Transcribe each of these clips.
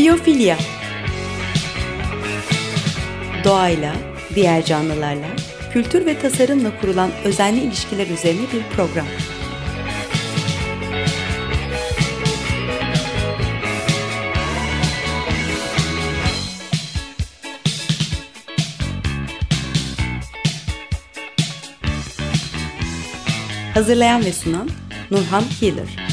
Biyofilya. Doğayla, diğer canlılarla, kültür ve tasarımla kurulan özenli ilişkiler üzerine bir program. Hazırlayan ve sunan Nurhan Healer.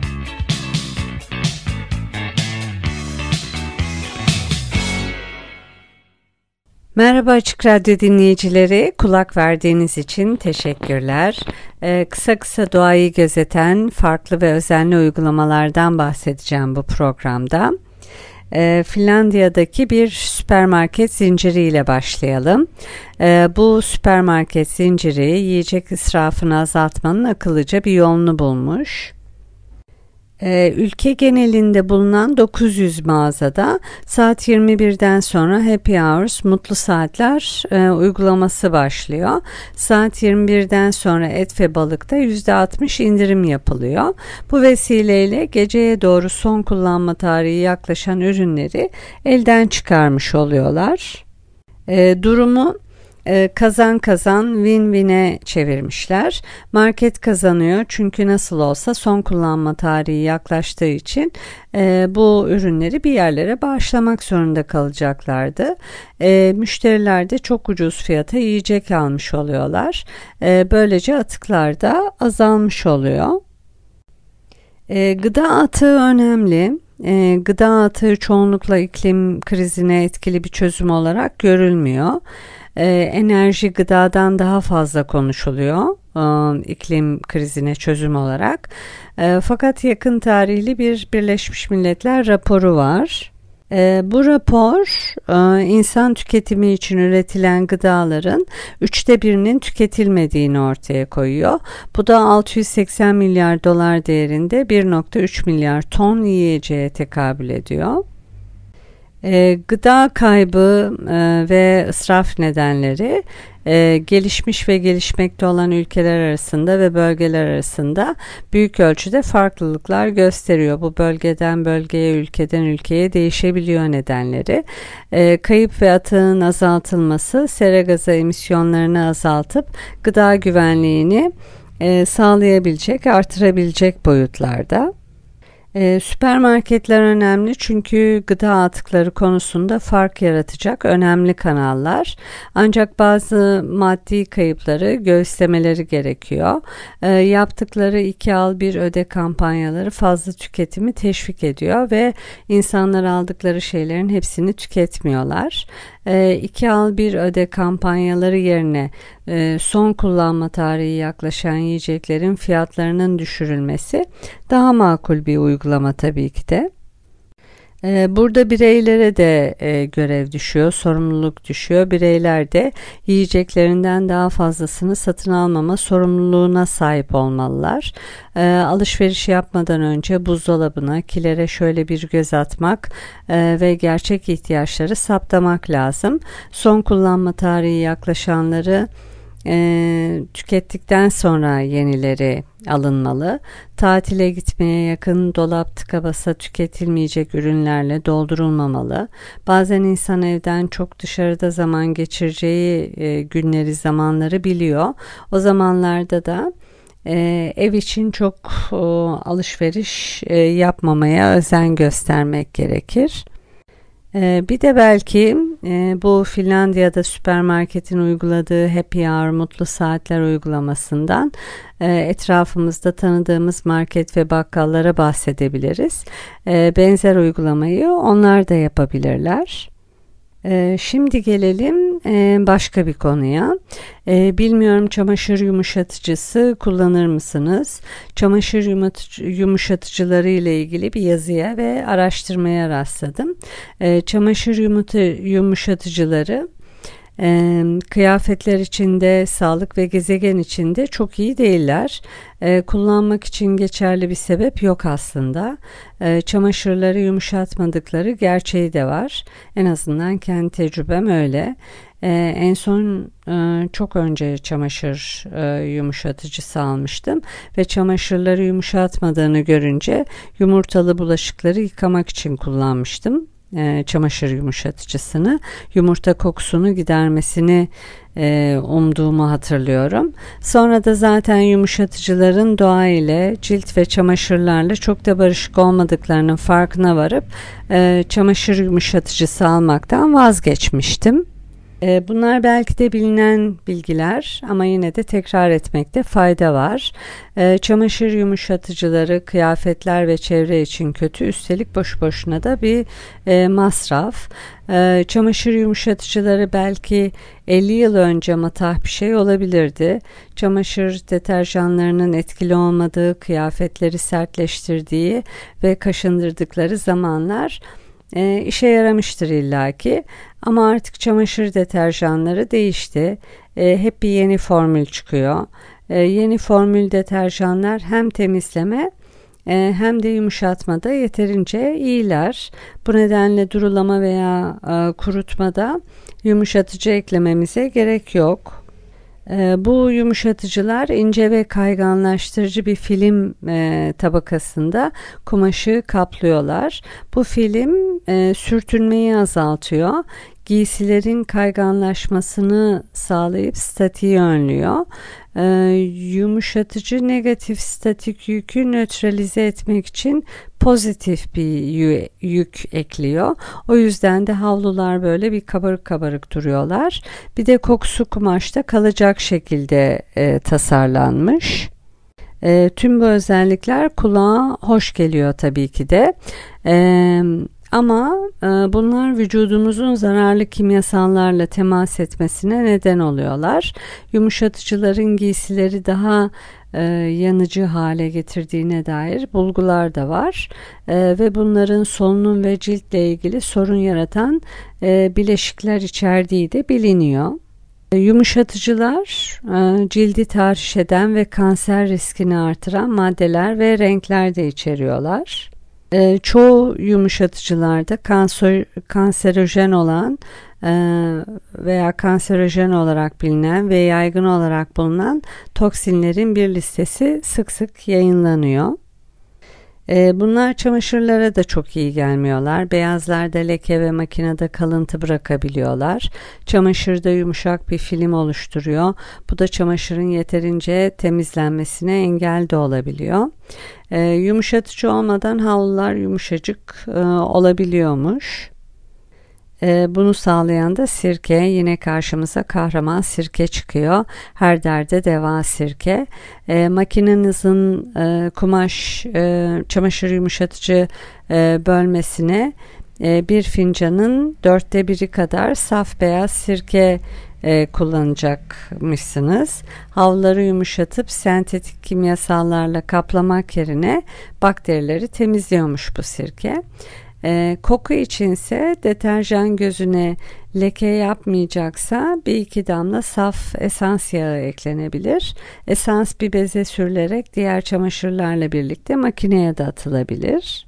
Merhaba Açık Radyo dinleyicileri, kulak verdiğiniz için teşekkürler. Kısa kısa doğayı gözeten farklı ve özenli uygulamalardan bahsedeceğim bu programda. Finlandiya'daki bir süpermarket zinciriyle başlayalım. Bu süpermarket zinciri yiyecek israfını azaltmanın akıllıca bir yolunu bulmuş. Ülke genelinde bulunan 900 mağazada saat 21'den sonra Happy Hours Mutlu Saatler uygulaması başlıyor. Saat 21'den sonra et ve balıkta %60 indirim yapılıyor. Bu vesileyle geceye doğru son kullanma tarihi yaklaşan ürünleri elden çıkarmış oluyorlar. Durumu kazan kazan win-win'e çevirmişler. Market kazanıyor çünkü nasıl olsa son kullanma tarihi yaklaştığı için bu ürünleri bir yerlere bağışlamak zorunda kalacaklardı. Müşteriler de çok ucuz fiyata yiyecek almış oluyorlar. Böylece atıklar da azalmış oluyor. Gıda atığı önemli. Gıda atığı çoğunlukla iklim krizine etkili bir çözüm olarak görülmüyor. Enerji gıdadan daha fazla konuşuluyor iklim krizine çözüm olarak. Fakat yakın tarihli bir Birleşmiş Milletler raporu var. Bu rapor insan tüketimi için üretilen gıdaların 1/3'ünün tüketilmediğini ortaya koyuyor. Bu da 680 milyar dolar değerinde 1,3 milyar ton yiyeceğe tekabül ediyor. Gıda kaybı ve israf nedenleri gelişmiş ve gelişmekte olan ülkeler arasında ve bölgeler arasında büyük ölçüde farklılıklar gösteriyor. Bu bölgeden bölgeye, ülkeden ülkeye değişebiliyor nedenleri. Kayıp ve atığın azaltılması sera gazı emisyonlarını azaltıp gıda güvenliğini sağlayabilecek, artırabilecek boyutlarda. Süpermarketler önemli çünkü gıda atıkları konusunda fark yaratacak önemli kanallar. Ancak bazı maddi kayıpları göğüslemeleri gerekiyor. Yaptıkları 2 al 1 öde kampanyaları fazla tüketimi teşvik ediyor ve insanlar aldıkları şeylerin hepsini tüketmiyorlar. 2 al 1 öde kampanyaları yerine son kullanma tarihi yaklaşan yiyeceklerin fiyatlarının düşürülmesi daha makul bir uygulama tabii ki de. Burada bireylere de görev düşüyor, sorumluluk düşüyor. Bireyler de yiyeceklerinden daha fazlasını satın almama sorumluluğuna sahip olmalılar. Alışveriş yapmadan önce buzdolabına, kilere şöyle bir göz atmak ve gerçek ihtiyaçları saptamak lazım. Son kullanma tarihi yaklaşanları tükettikten sonra yenileri alınmalı. Tatile gitmeye yakın dolap tıka basa tüketilmeyecek ürünlerle doldurulmamalı. Bazen insan evden çok dışarıda zaman geçireceği günleri, zamanları biliyor. O zamanlarda da ev için çok alışveriş yapmamaya özen göstermek gerekir. Bir de belki bu Finlandiya'da süpermarketin uyguladığı Happy Hour Mutlu Saatler uygulamasından etrafımızda tanıdığımız market ve bakkallara bahsedebiliriz. Benzer uygulamayı onlar da yapabilirler. Şimdi gelelim başka bir konuya. Bilmiyorum, çamaşır yumuşatıcısı kullanır mısınız? Çamaşır yumuşatıcıları ile ilgili bir yazıya ve araştırmaya rastladım. Çamaşır yumuşatıcıları kıyafetler içinde, sağlık ve gezegen içinde çok iyi değiller. Kullanmak için geçerli bir sebep yok aslında. Çamaşırları yumuşatmadıkları gerçeği de var. En azından kendi tecrübem öyle. En son çok önce çamaşır yumuşatıcısı almıştım ve çamaşırları yumuşatmadığını görünce yumurtalı bulaşıkları yıkamak için kullanmıştım. çamaşır yumuşatıcısını. Yumurta kokusunu gidermesini umduğumu hatırlıyorum. Sonra da zaten yumuşatıcıların doğa ile, cilt ve çamaşırlarla çok da barışık olmadıklarının farkına varıp çamaşır yumuşatıcısı almaktan vazgeçmiştim. Bunlar belki de bilinen bilgiler ama yine de tekrar etmekte fayda var. Çamaşır yumuşatıcıları kıyafetler ve çevre için kötü, üstelik boşu boşuna da bir masraf. Çamaşır yumuşatıcıları belki 50 yıl önce matah bir şey olabilirdi. Çamaşır deterjanlarının etkili olmadığı, kıyafetleri sertleştirdiği ve kaşındırdıkları zamanlar işe yaramıştır illaki. Ama artık çamaşır deterjanları değişti. Hep bir yeni formül çıkıyor. Yeni formül deterjanlar hem temizleme hem de yumuşatmada yeterince iyiler. Bu nedenle durulama veya kurutmada yumuşatıcı eklememize gerek yok. Bu yumuşatıcılar ince ve kayganlaştırıcı bir film tabakasında kumaşı kaplıyorlar. Bu film sürtünmeyi azaltıyor. Giysilerin kayganlaşmasını sağlayıp statiği önlüyor. Yumuşatıcı negatif statik yükü nötralize etmek için pozitif bir yük ekliyor. O yüzden de havlular böyle bir kabarık kabarık duruyorlar. Bir de kokusu kumaşta kalacak şekilde tasarlanmış. Tüm bu özellikler kulağa hoş geliyor tabii ki de. Ama bunlar vücudumuzun zararlı kimyasallarla temas etmesine neden oluyorlar. Yumuşatıcıların giysileri daha yanıcı hale getirdiğine dair bulgular da var. Ve bunların solunum ve ciltle ilgili sorun yaratan bileşikler içerdiği de biliniyor. Yumuşatıcılar cildi tahriş eden ve kanser riskini artıran maddeler ve renkler de içeriyorlar. Çoğu yumuşatıcılarda kanserojen olan veya kanserojen olarak bilinen ve yaygın olarak bulunan toksinlerin bir listesi sık sık yayınlanıyor. Bunlar çamaşırlara da çok iyi gelmiyorlar. Beyazlarda leke ve makinede kalıntı bırakabiliyorlar. Çamaşırda yumuşak bir film oluşturuyor. Bu da çamaşırın yeterince temizlenmesine engel de olabiliyor. Yumuşatıcı olmadan havlular yumuşacık olabiliyormuş. Bunu sağlayan da sirke. Yine karşımıza kahraman sirke çıkıyor. Her derde deva sirke. Makinenizin kumaş çamaşır yumuşatıcı bölmesine bir fincanın 1/4 kadar saf beyaz sirke kullanacakmışsınız. Havluları yumuşatıp sentetik kimyasallarla kaplamak yerine bakterileri temizliyormuş bu sirke. Koku içinse deterjan gözüne leke yapmayacaksa 1-2 damla saf esans yağı eklenebilir. Esans bir beze sürülerek diğer çamaşırlarla birlikte makineye de atılabilir.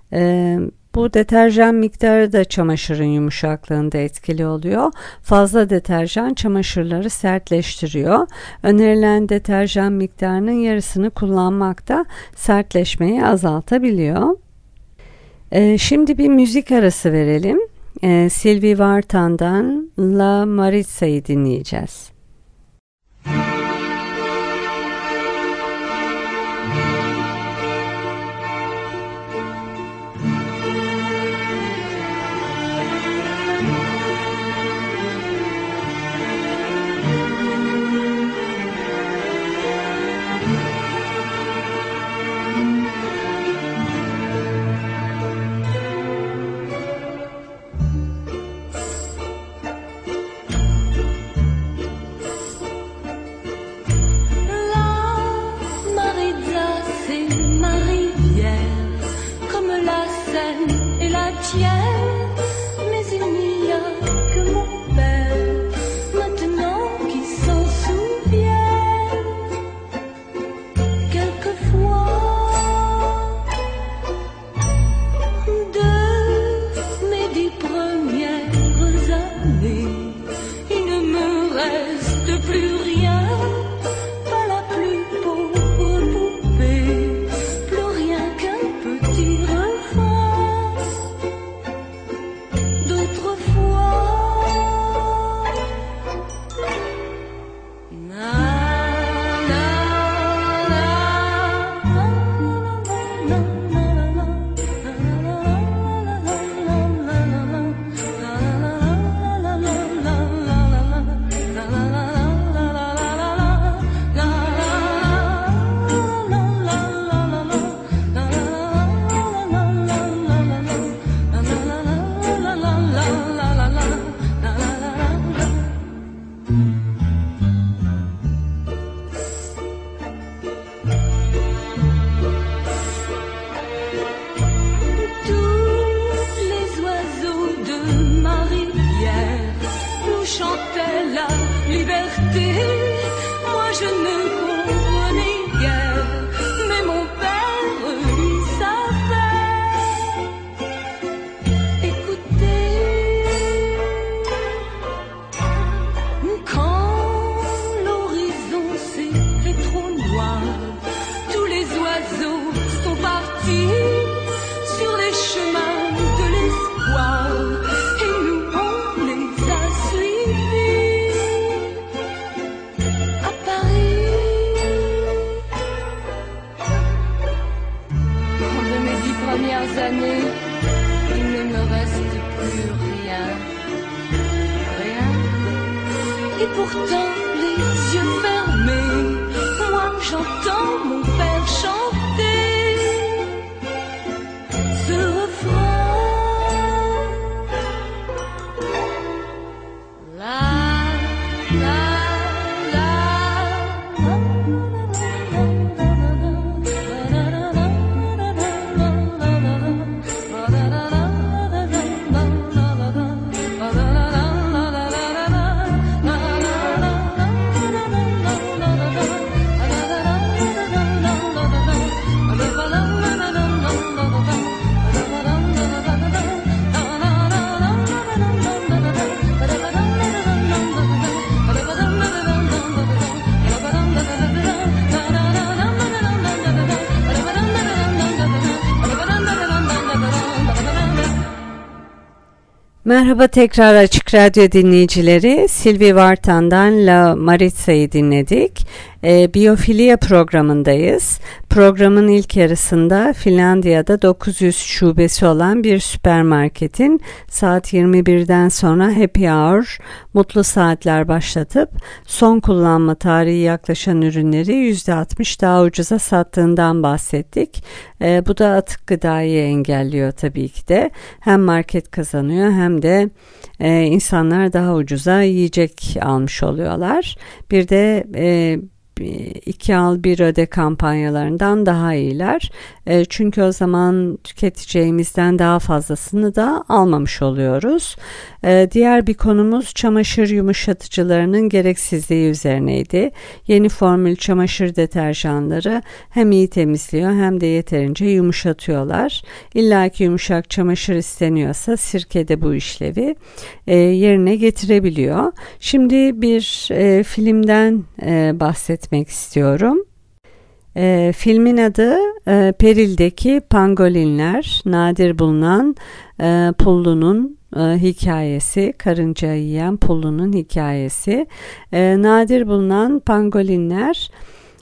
Bu deterjan miktarı da çamaşırın yumuşaklığında etkili oluyor. Fazla deterjan çamaşırları sertleştiriyor. Önerilen deterjan miktarının yarısını kullanmak da sertleşmeyi azaltabiliyor. Şimdi bir müzik arası verelim. Sylvie Vartan'dan La Maritsa'yı dinleyeceğiz. pourtant les yeux fermés, moi j'entends mon père chanter ce refrain. La la Merhaba tekrar Açık Radyo dinleyicileri. Sylvie Vartan'dan La Maritsa'yı dinledik. Biyofilya programındayız. Programın ilk yarısında Finlandiya'da 900 şubesi olan bir süpermarketin saat 21'den sonra happy hour, mutlu saatler başlatıp son kullanma tarihi yaklaşan ürünleri %60 daha ucuza sattığından bahsettik. Bu da atık gıdayı engelliyor tabii ki de. Hem market kazanıyor hem de insanlar daha ucuza yiyecek almış oluyorlar. Bir de 2 al 1 öde kampanyalarından daha iyiler. Çünkü o zaman tüketeceğimizden daha fazlasını da almamış oluyoruz. Diğer bir konumuz çamaşır yumuşatıcılarının gereksizliği üzerineydi. Yeni formül çamaşır deterjanları hem iyi temizliyor hem de yeterince yumuşatıyorlar. İlla ki yumuşak çamaşır isteniyorsa sirke de bu işlevi yerine getirebiliyor. Şimdi bir filmden bahsetmek istiyorum. Filmin adı Peril'deki Pangolinler, nadir bulunan pullunun hikayesi, karınca yiyen pullunun hikayesi. Nadir bulunan pangolinler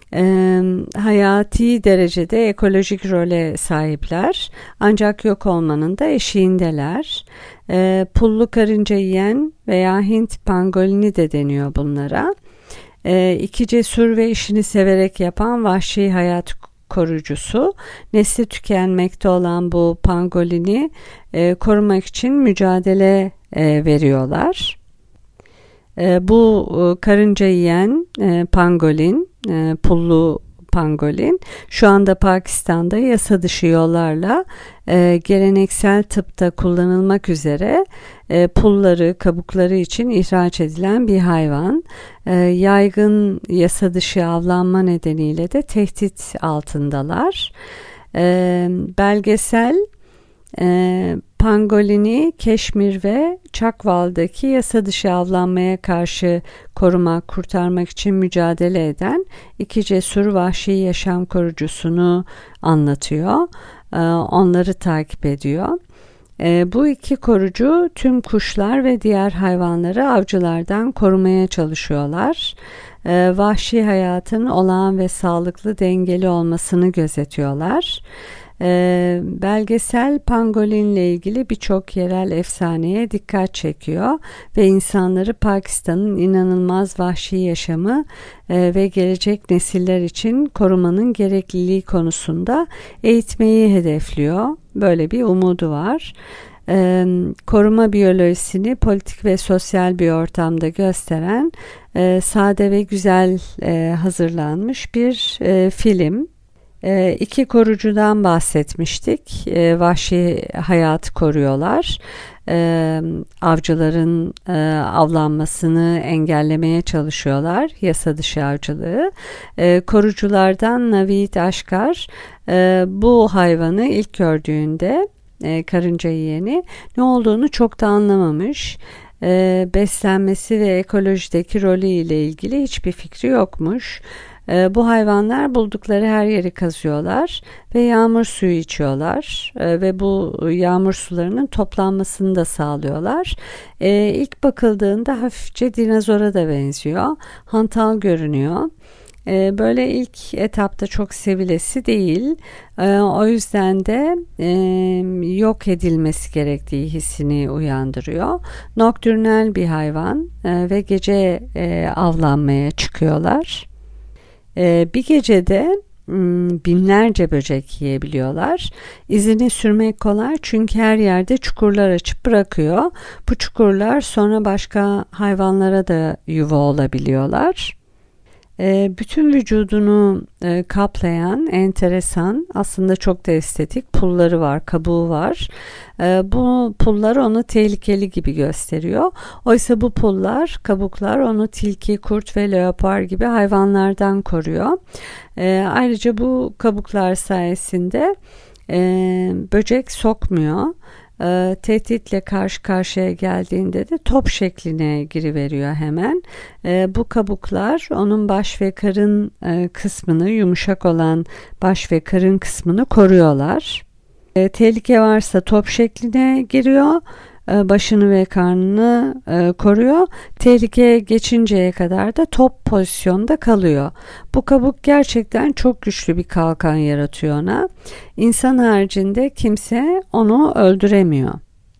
hayati derecede ekolojik role sahipler, ancak yok olmanın da eşiğindeler. Pullu karınca yiyen veya Hint pangolini de deniyor bunlara. İki cesur ve işini severek yapan vahşi hayat korucusu, nesli tükenmekte olan bu pangolini korumak için mücadele veriyorlar. Bu karınca yiyen pangolin, pullu pangolin şu anda Pakistan'da yasa dışı yollarla geleneksel tıpta kullanılmak üzere pulları, kabukları için ihraç edilen bir hayvan. Yaygın yasa dışı avlanma nedeniyle de tehdit altındalar. Belgesel pangolini Keşmir ve Çakval'daki yasa dışı avlanmaya karşı korumak, kurtarmak için mücadele eden iki cesur vahşi yaşam korucusunu anlatıyor. Onları takip ediyor. Bu iki korucu tüm kuşlar ve diğer hayvanları avcılardan korumaya çalışıyorlar. Vahşi hayatın olağan ve sağlıklı, dengeli olmasını gözetiyorlar. Belgesel pangolinle ilgili birçok yerel efsaneye dikkat çekiyor ve insanları Pakistan'ın inanılmaz vahşi yaşamı ve gelecek nesiller için korumanın gerekliliği konusunda eğitmeyi hedefliyor. Böyle bir umudu var. Koruma biyolojisini politik ve sosyal bir ortamda gösteren sade ve güzel hazırlanmış bir film. İki korucudan bahsetmiştik. Vahşi hayatı koruyorlar. Avcıların avlanmasını engellemeye çalışıyorlar. Yasa dışı avcılığı. Koruculardan Navid Ashkar bu hayvanı ilk gördüğünde karınca yiyeni ne olduğunu çok da anlamamış. Beslenmesi ve ekolojideki rolü ile ilgili hiçbir fikri yokmuş. Bu hayvanlar buldukları her yeri kazıyorlar ve yağmur suyu içiyorlar ve bu yağmur sularının toplanmasını da sağlıyorlar. İlk bakıldığında hafifçe dinozora da benziyor. Hantal görünüyor. Böyle ilk etapta çok sevilesi değil. O yüzden de yok edilmesi gerektiği hissini uyandırıyor. Noktürnel bir hayvan ve gece avlanmaya çıkıyorlar. Bir gecede binlerce böcek yiyebiliyorlar. İzini sürmek kolay çünkü her yerde çukurlar açıp bırakıyor. Bu çukurlar sonra başka hayvanlara da yuva olabiliyorlar. Bütün vücudunu kaplayan enteresan, aslında çok da estetik pulları var, kabuğu var. Bu pullar onu tehlikeli gibi gösteriyor. Oysa bu pullar, kabuklar onu tilki, kurt ve leopar gibi hayvanlardan koruyor. Ayrıca bu kabuklar sayesinde böcek sokmuyor. Tehditle karşı karşıya geldiğinde de top şekline giriveriyor hemen. Bu kabuklar onun baş ve karın kısmını, yumuşak olan baş ve karın kısmını koruyorlar. Tehlike varsa top şekline giriyor. Başını ve karnını koruyor. Tehlike geçinceye kadar da top pozisyonda kalıyor. Bu kabuk gerçekten çok güçlü bir kalkan yaratıyor ona. İnsan haricinde kimse onu öldüremiyor.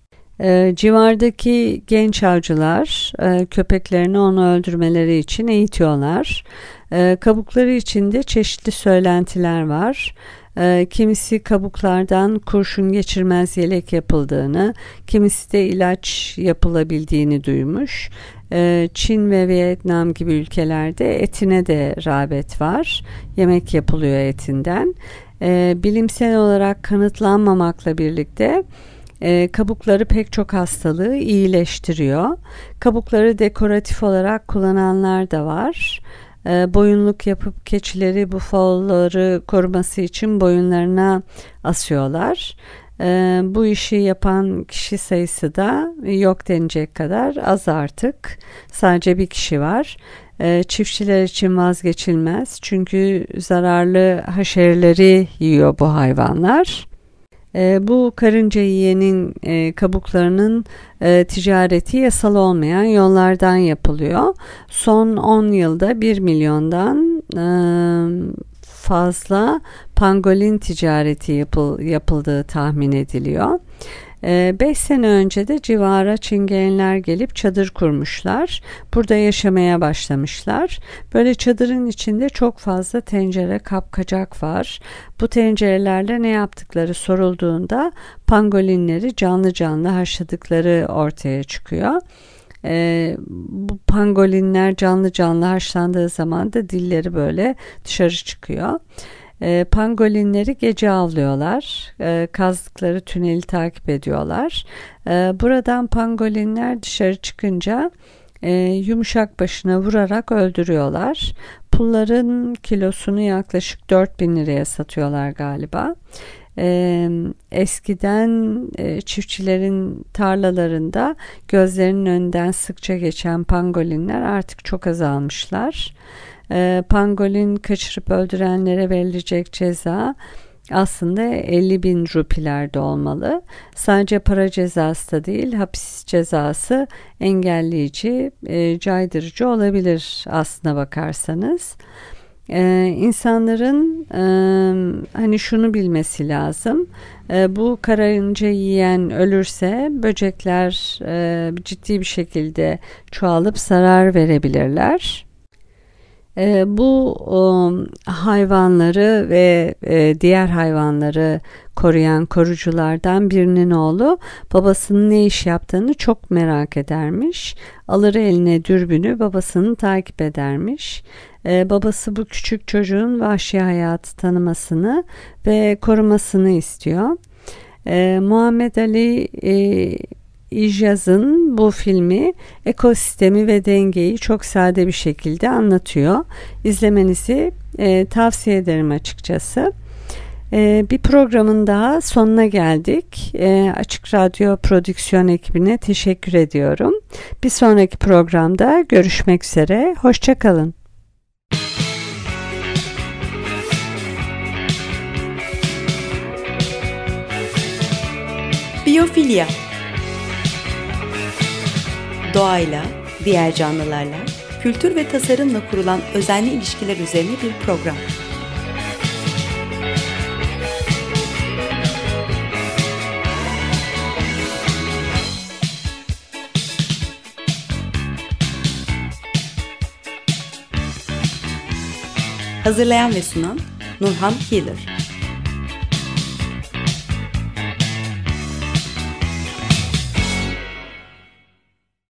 Civardaki genç avcılar köpeklerini onu öldürmeleri için eğitiyorlar. Kabukları içinde çeşitli söylentiler var. Kimisi kabuklardan kurşun geçirmez yelek yapıldığını, kimisi de ilaç yapılabildiğini duymuş. Çin ve Vietnam gibi ülkelerde etine de rağbet var. Yemek yapılıyor etinden. Bilimsel olarak kanıtlanmamakla birlikte kabukları pek çok hastalığı iyileştiriyor. Kabukları dekoratif olarak kullananlar da var. Boyunluk yapıp keçileri, bufaloları koruması için boyunlarına asıyorlar. Bu işi yapan kişi sayısı da yok denecek kadar az artık. Sadece bir kişi var. Çiftçiler için vazgeçilmez çünkü zararlı haşereleri yiyor bu hayvanlar. Bu karınca yiyenin kabuklarının ticareti yasal olmayan yollardan yapılıyor. Son 10 yılda 1 milyondan fazla pangolin ticareti yapıldığı tahmin ediliyor. 5 sene önce de civara çingeneler gelip çadır kurmuşlar. Burada yaşamaya başlamışlar. Böyle çadırın içinde çok fazla tencere, kapkacak var. Bu tencerelerle ne yaptıkları sorulduğunda pangolinleri canlı canlı haşladıkları ortaya çıkıyor. Bu pangolinler canlı canlı haşlandığı zaman da dilleri böyle dışarı çıkıyor. Pangolinleri gece avlıyorlar. Kazdıkları tüneli takip ediyorlar. Buradan pangolinler dışarı çıkınca yumuşak başına vurarak öldürüyorlar. Pulların kilosunu yaklaşık 4.000 liraya satıyorlar galiba. Eskiden çiftçilerin tarlalarında gözlerinin önünden sıkça geçen pangolinler artık çok azalmışlar. Pangolin kaçırıp öldürenlere verilecek ceza aslında 50.000 rupilerde olmalı. Sadece para cezası da değil, hapis cezası engelleyici, caydırıcı olabilir aslına bakarsanız. İnsanların hani şunu bilmesi lazım. Bu karınca yiyen ölürse böcekler ciddi bir şekilde çoğalıp zarar verebilirler. Bu hayvanları ve diğer hayvanları koruyan koruculardan birinin oğlu babasının ne iş yaptığını çok merak edermiş. Alır eline dürbünü, babasını takip edermiş. Babası bu küçük çocuğun vahşi hayatı tanımasını ve korumasını istiyor. Muhammed Ali İcaz'ın bu filmi ekosistemi ve dengeyi çok sade bir şekilde anlatıyor. İzlemenizi tavsiye ederim açıkçası. Bir programın daha sonuna geldik. Açık Radyo Prodüksiyon ekibine teşekkür ediyorum. Bir sonraki programda görüşmek üzere. Hoşça kalın. Biyofilya. Doğayla, diğer canlılarla, kültür ve tasarımla kurulan özenli ilişkiler üzerine bir program. Hazırlayan ve sunan Nurhan Healer.